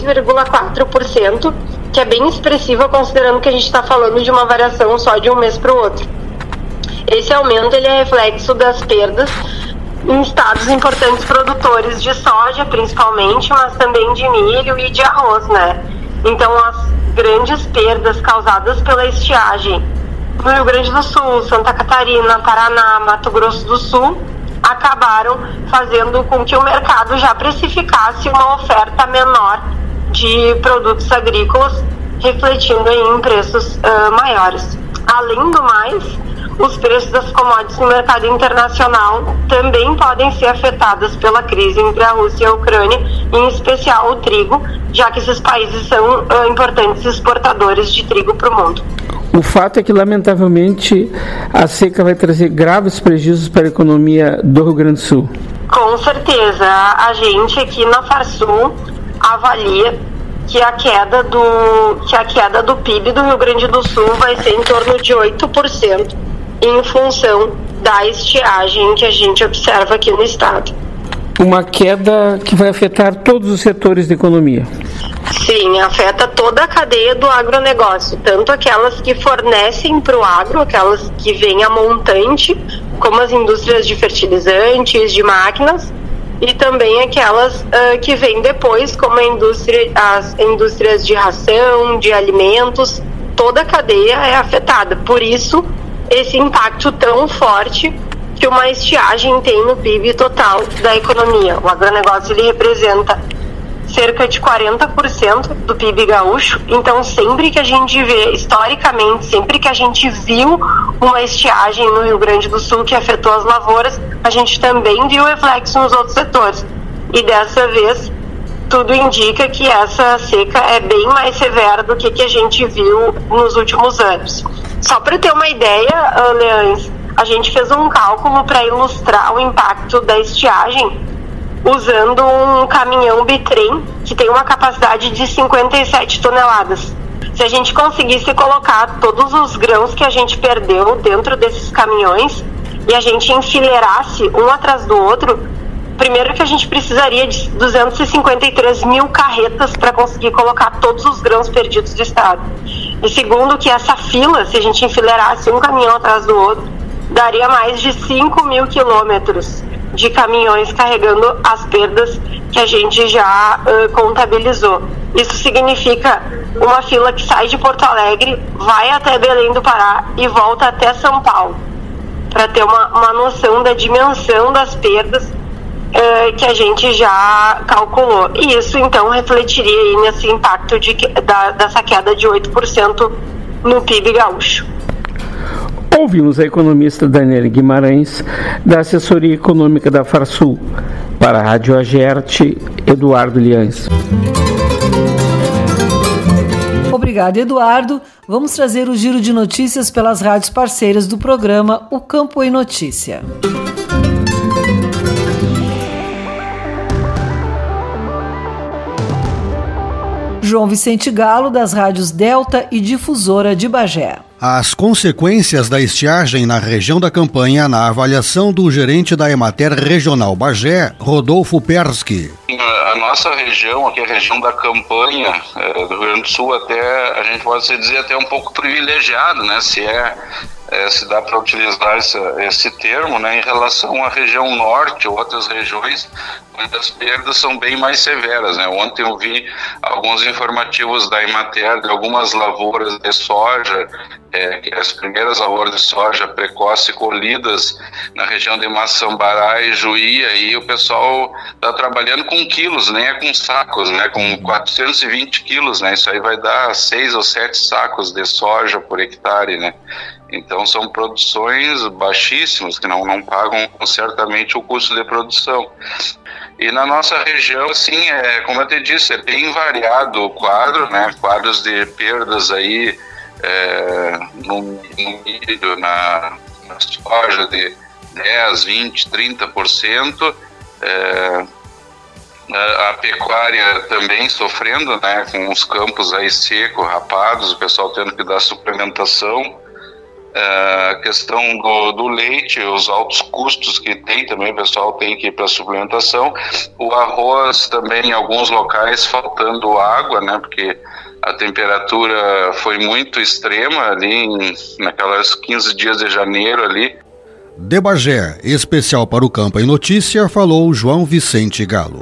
6,4%, que é bem expressiva considerando que a gente está falando de uma variação só de um mês para o outro. Esse aumento ele é reflexo das perdas em estados importantes produtores de soja, principalmente, mas também de milho e de arroz, né? Então, as grandes perdas causadas pela estiagem no Rio Grande do Sul, Santa Catarina, Paraná, Mato Grosso do Sul, acabaram fazendo com que o mercado já precificasse uma oferta menor de produtos agrícolas, refletindo em preços maiores. Além do mais, os preços das commodities no mercado internacional também podem ser afetados pela crise entre a Rússia e a Ucrânia, em especial o trigo, já que esses países são importantes exportadores de trigo para o mundo. O fato é que, lamentavelmente, a seca vai trazer graves prejuízos para a economia do Rio Grande do Sul. Com certeza. A gente aqui na Farsul avalia que a queda do PIB do Rio Grande do Sul vai ser em torno de 8%, em função da estiagem que a gente observa aqui no estado. Uma queda que vai afetar todos os setores da economia. Sim, afeta toda a cadeia do agronegócio, tanto aquelas que fornecem para o agro, aquelas que vêm a montante, como as indústrias de fertilizantes, de máquinas, e também aquelas que vêm depois, como as indústrias de ração, de alimentos. Toda a cadeia é afetada, por isso esse impacto tão forte que uma estiagem tem no PIB total da economia. O agronegócio ele representa cerca de 40% do PIB gaúcho, então sempre que a gente vê, historicamente, sempre que a gente viu uma estiagem no Rio Grande do Sul que afetou as lavouras, a gente também viu reflexo nos outros setores. E dessa vez, tudo indica que essa seca é bem mais severa do que a gente viu nos últimos anos. Só para ter uma ideia, Leães, a gente fez um cálculo para ilustrar o impacto da estiagem usando um caminhão bitrem que tem uma capacidade de 57 toneladas. Se a gente conseguisse colocar todos os grãos que a gente perdeu dentro desses caminhões e a gente enfileirasse um atrás do outro, primeiro que a gente precisaria de 253 mil carretas para conseguir colocar todos os grãos perdidos do estado. E segundo que essa fila, se a gente enfileirasse um caminhão atrás do outro, daria mais de 5 mil quilômetros de caminhões carregando as perdas que a gente já contabilizou. Isso significa uma fila que sai de Porto Alegre, vai até Belém do Pará e volta até São Paulo, para ter uma noção da dimensão das perdas que a gente já calculou. E isso então refletiria aí nesse impacto dessa queda de 8% no PIB gaúcho. Ouvimos a economista Daniele Guimarães, da assessoria econômica da Farsul. Para a Rádio Agerte, Eduardo Liães. Obrigado, Eduardo. Vamos trazer o giro de notícias pelas rádios parceiras do programa O Campo em Notícia. João Vicente Galo, das rádios Delta e Difusora de Bagé. As consequências da estiagem na região da Campanha, na avaliação do gerente da Emater Regional Bagé, Rodolfo Persky. A nossa região, aqui a região da Campanha, do Rio Grande do Sul, até a gente pode dizer até um pouco privilegiado, né? Se dá para utilizar esse termo, né, em relação à região norte ou outras regiões, onde as perdas são bem mais severas, né? Ontem eu vi alguns informativos da Emater de algumas lavouras de soja, que as primeiras lavouras de soja precoce colhidas na região de Maçambará e Juí, aí o pessoal está trabalhando com quilos, nem é com sacos, né, com 420 quilos, né, isso aí vai dar 6 ou 7 sacos de soja por hectare, né. Então são produções baixíssimas que não pagam certamente o custo de produção. E na nossa região, assim, como eu te disse, é bem variado o quadro, né? Quadros de perdas aí no milho, na soja de 10, 20, 30%. A pecuária também sofrendo, né? Com os campos aí secos, rapados, o pessoal tendo que dar suplementação. A questão do leite, os altos custos que tem também, o pessoal tem que ir para a suplementação. O arroz também, em alguns locais, faltando água, né, porque a temperatura foi muito extrema ali, naquelas 15 dias de janeiro ali. De Bagé, especial para o Campo em Notícia, falou João Vicente Galo.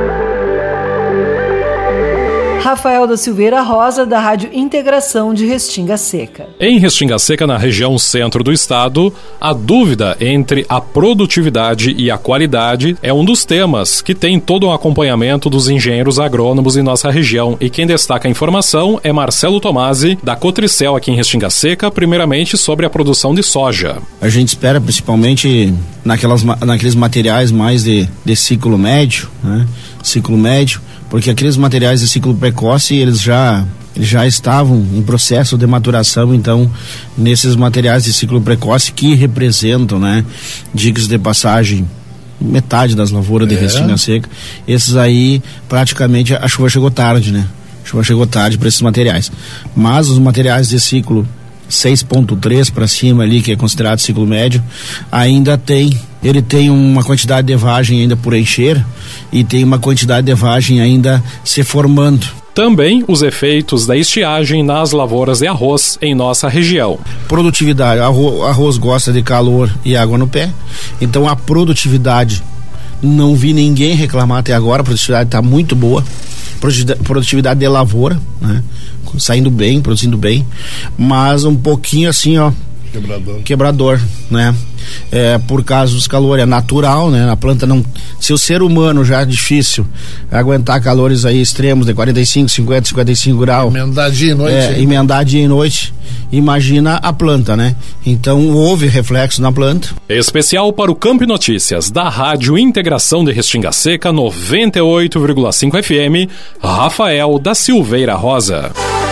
Rafael da Silveira Rosa, da Rádio Integração de Restinga Seca. Em Restinga Seca, na região centro do estado, a dúvida entre a produtividade e a qualidade é um dos temas que tem todo um acompanhamento dos engenheiros agrônomos em nossa região. E quem destaca a informação é Marcelo Tomasi, da Cotricel aqui em Restinga Seca, primeiramente sobre a produção de soja. A gente espera principalmente naqueles materiais mais de ciclo médio, né? Ciclo médio, porque aqueles materiais de ciclo precoce, eles já estavam em processo de maturação, então nesses materiais de ciclo precoce que representam, né, digas de passagem, metade das lavouras de Restinga Seca, esses aí praticamente a chuva chegou tarde, né? A chuva chegou tarde para esses materiais. Mas os materiais de ciclo 6.3 para cima ali, que é considerado ciclo médio, ele tem uma quantidade de vagem ainda por encher e tem uma quantidade de vagem ainda se formando. Também os efeitos da estiagem nas lavouras de arroz em nossa região. Produtividade, arroz gosta de calor e água no pé, então a produtividade, não vi ninguém reclamar até agora, a produtividade está muito boa, produtividade de lavoura, né? Saindo bem, produzindo bem, mas um pouquinho assim, ó, quebrador, né? Por causa dos calores, é natural, né? A planta não, se o ser humano já é difícil aguentar calores aí extremos de 45, 50, 55 graus, emendar dia e noite, emendar dia e noite, imagina a planta, né? Então houve reflexo na planta. Especial para o Campo e Notícias da Rádio Integração de Restinga Seca 98,5 FM, Rafael da Silveira Rosa.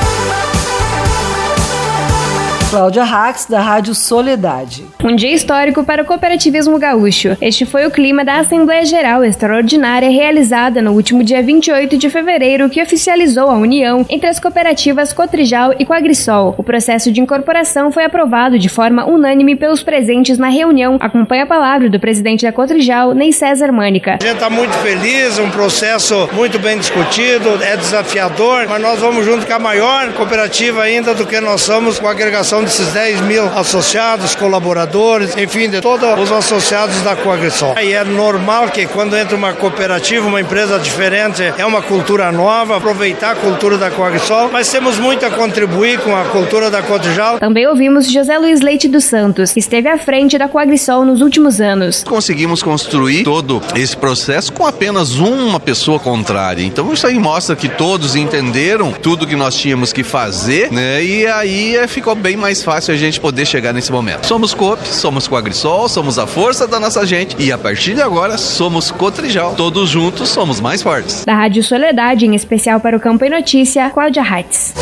Cláudia Rax, da Rádio Soledade. Um dia histórico para o cooperativismo gaúcho. Este foi o clima da Assembleia Geral Extraordinária realizada no último dia 28 de fevereiro, que oficializou a união entre as cooperativas Cotrijal e Coagrisol. O processo de incorporação foi aprovado de forma unânime pelos presentes na reunião. Acompanha a palavra do presidente da Cotrijal, Ney César Mânica. A gente está muito feliz, um processo muito bem discutido, é desafiador, mas nós vamos junto com a maior cooperativa ainda do que nós somos, com a agregação desses 10 mil associados, colaboradores, enfim, de todos os associados da Coagrisol. E é normal que quando entra uma cooperativa, uma empresa diferente, é uma cultura nova, aproveitar a cultura da Coagrisol, mas temos muito a contribuir com a cultura da Cotrijal. Também ouvimos José Luiz Leite dos Santos, que esteve à frente da Coagrisol nos últimos anos. Conseguimos construir todo esse processo com apenas uma pessoa contrária. Então isso aí mostra que todos entenderam tudo que nós tínhamos que fazer, né? E aí ficou bem mais fácil a gente poder chegar nesse momento. Somos Coop, somos Coagrisol, somos a força da nossa gente e a partir de agora somos Cotrijal. Todos juntos somos mais fortes. Da Rádio Soledade, em especial para o Campo e Notícia, Cláudia Rax.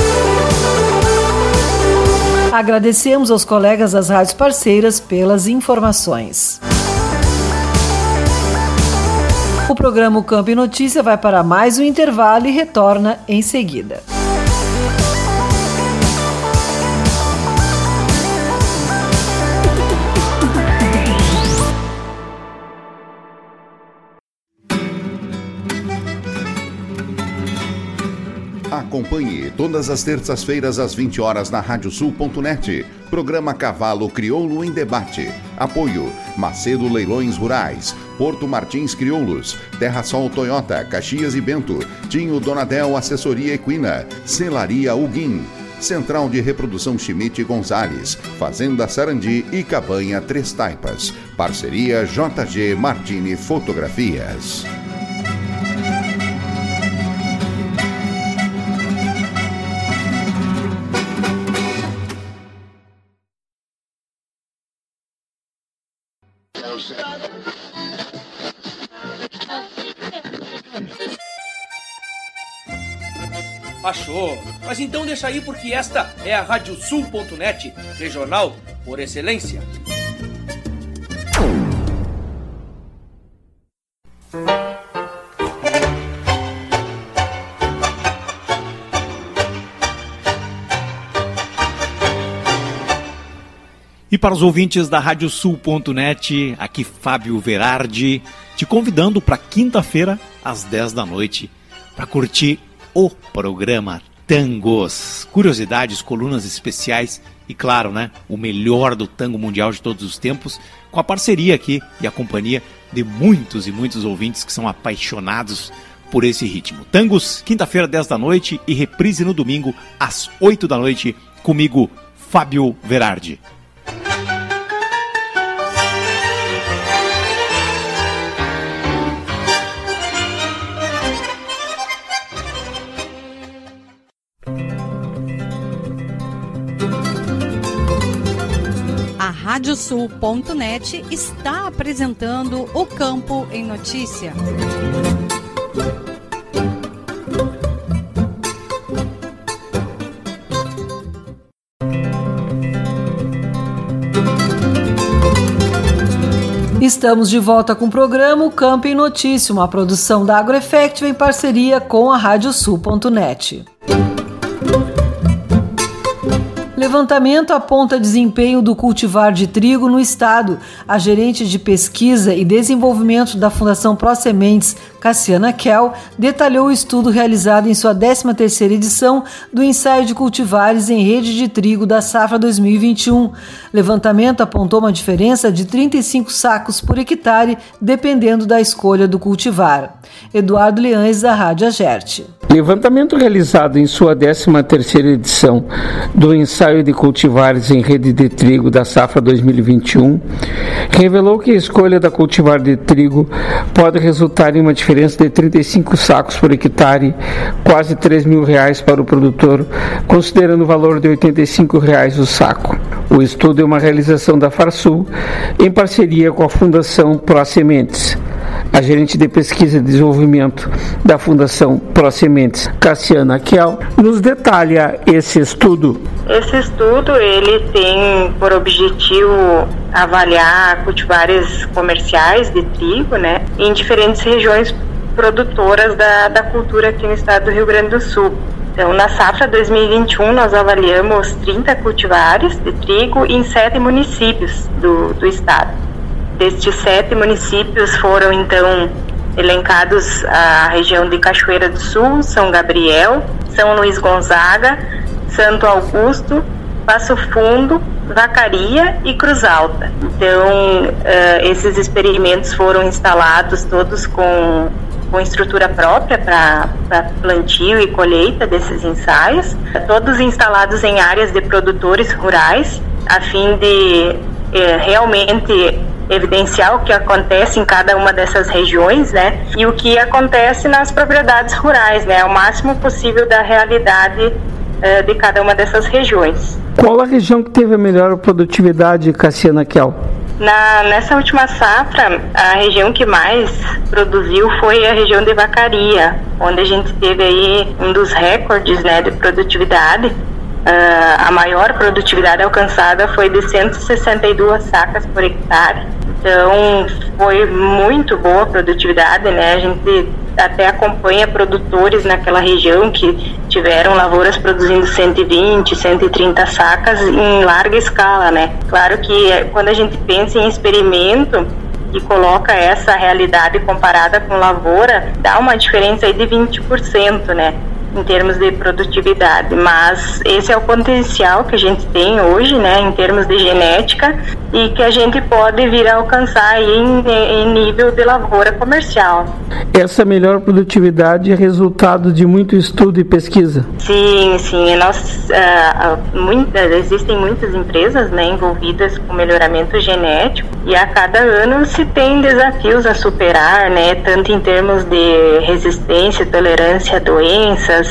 Agradecemos aos colegas das rádios parceiras pelas informações. O programa Campo e Notícia vai para mais um intervalo e retorna em seguida. Acompanhe todas as terças-feiras às 20 horas na radiosul.net. Programa Cavalo Crioulo em Debate. Apoio Macedo Leilões Rurais, Porto Martins Crioulos, Terra Sol Toyota, Caxias e Bento, Tinho Donadel Assessoria Equina, Celaria Huguim, Central de Reprodução Schmidt Gonzalez, Fazenda Sarandi e Cabanha Três Taipas. Parceria JG Martini Fotografias. Achou? Mas então deixa aí porque esta é a radiosul.net, regional por excelência. E para os ouvintes da radiosul.net, aqui Fábio Verardi, te convidando para quinta-feira, às 10 da noite, para curtir o programa Tangos. Curiosidades, colunas especiais e, claro, né, o melhor do tango mundial de todos os tempos, com a parceria aqui e a companhia de muitos e muitos ouvintes que são apaixonados por esse ritmo. Tangos, quinta-feira, 10 da noite e reprise no domingo, às 8 da noite, comigo, Fábio Verardi. A radiosul.net está apresentando o Campo em Notícia. Estamos de volta com o programa Campo em Notícia, uma produção da AgroEffective em parceria com a radiosul.net. Levantamento aponta desempenho do cultivar de trigo no estado. A gerente de pesquisa e desenvolvimento da Fundação ProSementes, Cassiana Kell, detalhou o estudo realizado em sua 13ª edição do ensaio de cultivares em rede de trigo da safra 2021. Levantamento apontou uma diferença de 35 sacos por hectare, dependendo da escolha do cultivar. Eduardo Leães, da Rádio Agerte. Levantamento realizado em sua 13ª edição do ensaio de cultivares em rede de trigo da safra 2021 revelou que a escolha da cultivar de trigo pode resultar em uma diferença de 35 sacos por hectare, quase R$3.000 para o produtor, considerando o valor de R$85 o saco. O estudo é uma realização da Farsul em parceria com a Fundação ProSementes. A gerente de pesquisa e desenvolvimento da Fundação ProSementes, Cassiana Kell, nos detalha esse estudo. Esse estudo ele tem por objetivo avaliar cultivares comerciais de trigo, né, em diferentes regiões produtoras da cultura aqui no estado do Rio Grande do Sul. Então, na safra 2021, nós avaliamos 30 cultivares de trigo em 7 municípios do estado. Destes 7 municípios foram, então, elencados a região de Cachoeira do Sul, São Gabriel, São Luís Gonzaga, Santo Augusto, Passo Fundo, Vacaria e Cruz Alta. Então, esses experimentos foram instalados todos com estrutura própria para plantio e colheita desses ensaios, todos instalados em áreas de produtores rurais, a fim de realmente evidenciar o que acontece em cada uma dessas regiões, né, e o que acontece nas propriedades rurais, né, o máximo possível da realidade de cada uma dessas regiões. Qual a região que teve a melhor produtividade, Cassiana Kell? Nessa última safra, a região que mais produziu foi a região de Vacaria, onde a gente teve aí um dos recordes, né, de produtividade. A maior produtividade alcançada foi de 162 sacas por hectare. Então, foi muito boa a produtividade, né? A gente até acompanha produtores naquela região que tiveram lavouras produzindo 120, 130 sacas em larga escala, né? Claro que quando a gente pensa em experimento e coloca essa realidade comparada com lavoura, dá uma diferença aí de 20%, né? Em termos de produtividade, mas esse é o potencial que a gente tem hoje, né, em termos de genética, e que a gente pode vir a alcançar aí em nível de lavoura comercial. Essa melhor produtividade é resultado de muito estudo e pesquisa? Sim. Existem muitas empresas, né, envolvidas com melhoramento genético, e a cada ano se tem desafios a superar, né, tanto em termos de resistência, tolerância a doenças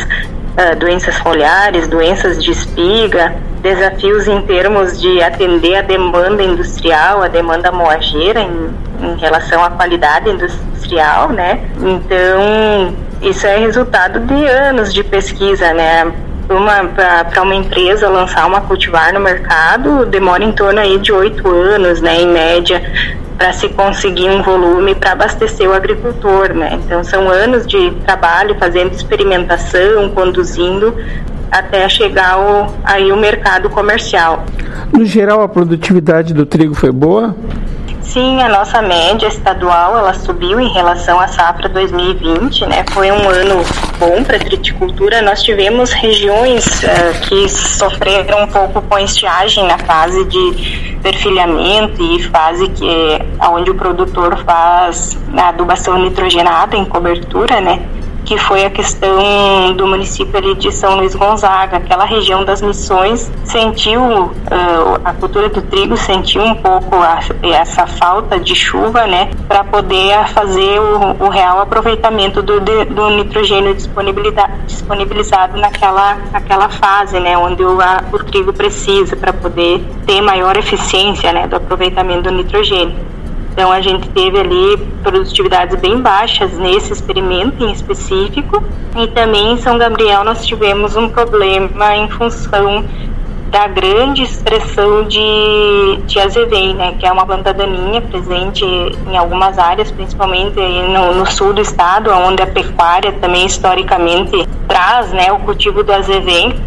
foliares, doenças de espiga, desafios em termos de atender a demanda industrial, a demanda moageira em relação à qualidade industrial, né? Então, isso é resultado de anos de pesquisa, né? Para uma empresa lançar uma cultivar no mercado, demora em torno aí de 8 anos, né, em média, para se conseguir um volume para abastecer o agricultor, né? Então são anos de trabalho fazendo experimentação, conduzindo até chegar aí o mercado comercial. No geral, a produtividade do trigo foi boa? Sim, a nossa média estadual ela subiu em relação à safra 2020, né? Foi um ano bom para a triticultura. Nós tivemos regiões que sofreram um pouco com a estiagem na fase de perfilhamento e fase onde o produtor faz a adubação nitrogenada em cobertura, né? Que foi a questão do município ali de São Luís Gonzaga. Aquela região das Missões sentiu, a cultura do trigo sentiu um pouco essa falta de chuva, né, para poder fazer o real aproveitamento do nitrogênio disponibilizado naquela fase, né, onde o trigo precisa para poder ter maior eficiência, né, do aproveitamento do nitrogênio. Então a gente teve ali produtividades bem baixas nesse experimento em específico, e também em São Gabriel nós tivemos um problema em função da grande expressão de azevém, né, que é uma planta daninha presente em algumas áreas, principalmente no sul do estado, onde a pecuária também historicamente traz, né, o cultivo do azevém.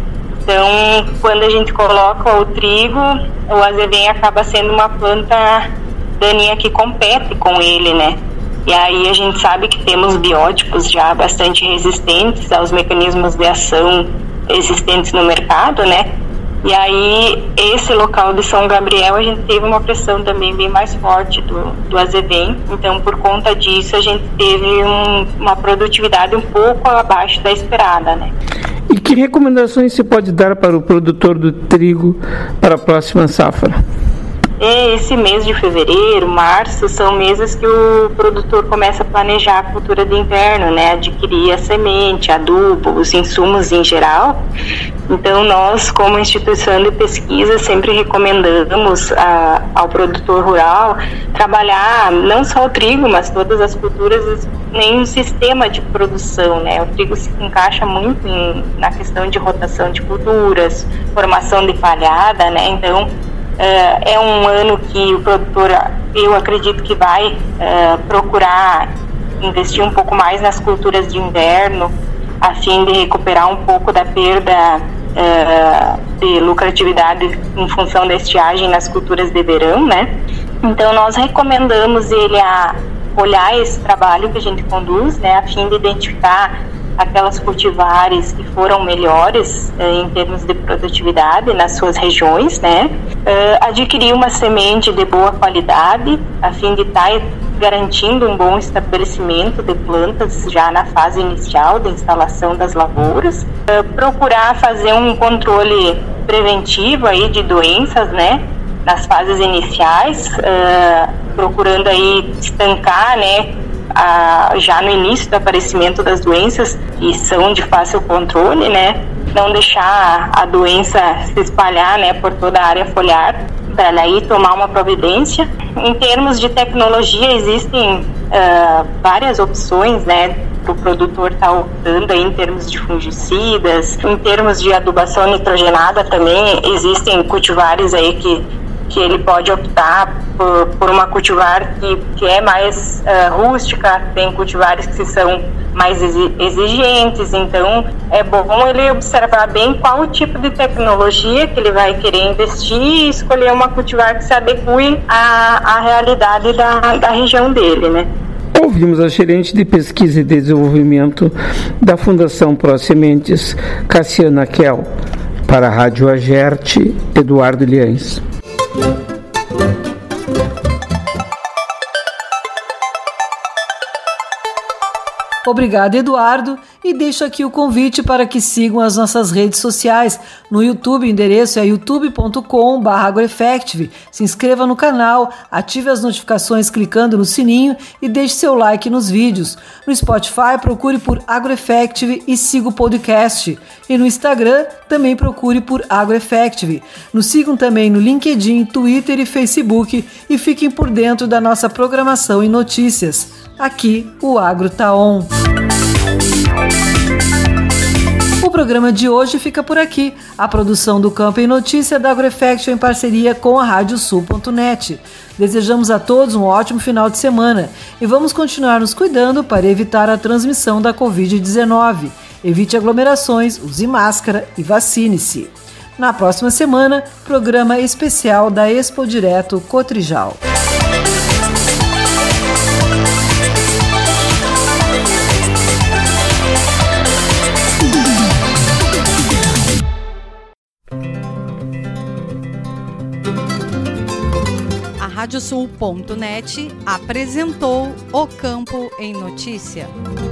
Então, quando a gente coloca o trigo, o azevém acaba sendo uma planta daninha que compete com ele, né? E aí a gente sabe que temos biótipos já bastante resistentes aos mecanismos de ação existentes no mercado, né? E aí, esse local de São Gabriel, a gente teve uma pressão também bem mais forte do azevém. Então, por conta disso, a gente teve uma produtividade um pouco abaixo da esperada, né? E que recomendações se pode dar para o produtor do trigo para a próxima safra? Esse mês de fevereiro, março, são meses que o produtor começa a planejar a cultura de inverno, né? Adquirir a semente, adubo, os insumos em geral. Então, nós, como instituição de pesquisa, sempre recomendamos ao produtor rural trabalhar não só o trigo, mas todas as culturas em um sistema de produção, né? O trigo se encaixa muito na questão de rotação de culturas, formação de palhada, né? Então, é um ano que o produtor, eu acredito que vai procurar investir um pouco mais nas culturas de inverno, a fim de recuperar um pouco da perda de lucratividade em função da estiagem nas culturas de verão, né? Então, nós recomendamos ele a olhar esse trabalho que a gente conduz, né, a fim de identificar aquelas cultivares que foram melhores em termos de produtividade nas suas regiões, né? Adquirir uma semente de boa qualidade, a fim de estar garantindo um bom estabelecimento de plantas já na fase inicial da instalação das lavouras. Procurar fazer um controle preventivo aí de doenças, né, nas fases iniciais, procurando aí estancar, né, já no início do aparecimento das doenças, que são de fácil controle, né? Não deixar a doença se espalhar, né, por toda a área foliar, para daí tomar uma providência. Em termos de tecnologia, existem várias opções, né, para o produtor estar optando aí em termos de fungicidas. Em termos de adubação nitrogenada também existem cultivares aí que ele pode optar por uma cultivar que é mais rústica, tem cultivares que são mais exigentes, então é bom ele observar bem qual o tipo de tecnologia que ele vai querer investir e escolher uma cultivar que se adeque à realidade da região dele, né? Ouvimos a gerente de pesquisa e desenvolvimento da Fundação ProSementes, Cassiana Kell. Para a Rádio Agerte, Eduardo Liães. Obrigado, Eduardo, e deixo aqui o convite para que sigam as nossas redes sociais. No YouTube, o endereço é youtube.com/agroeffective. Se inscreva no canal, ative as notificações clicando no sininho e deixe seu like nos vídeos. No Spotify, procure por AgroEffective e siga o podcast. E no Instagram, também procure por AgroEffective. Nos sigam também no LinkedIn, Twitter e Facebook e fiquem por dentro da nossa programação e notícias. Aqui, o Agro tá on. O programa de hoje fica por aqui. A produção do Campo em Notícia da AgroEffective em parceria com a radiosul.net. Desejamos a todos um ótimo final de semana e vamos continuar nos cuidando para evitar a transmissão da Covid-19. Evite aglomerações, use máscara e vacine-se. Na próxima semana, programa especial da Expo Direto Cotrijal. Radiosul.net apresentou O Campo em Notícia.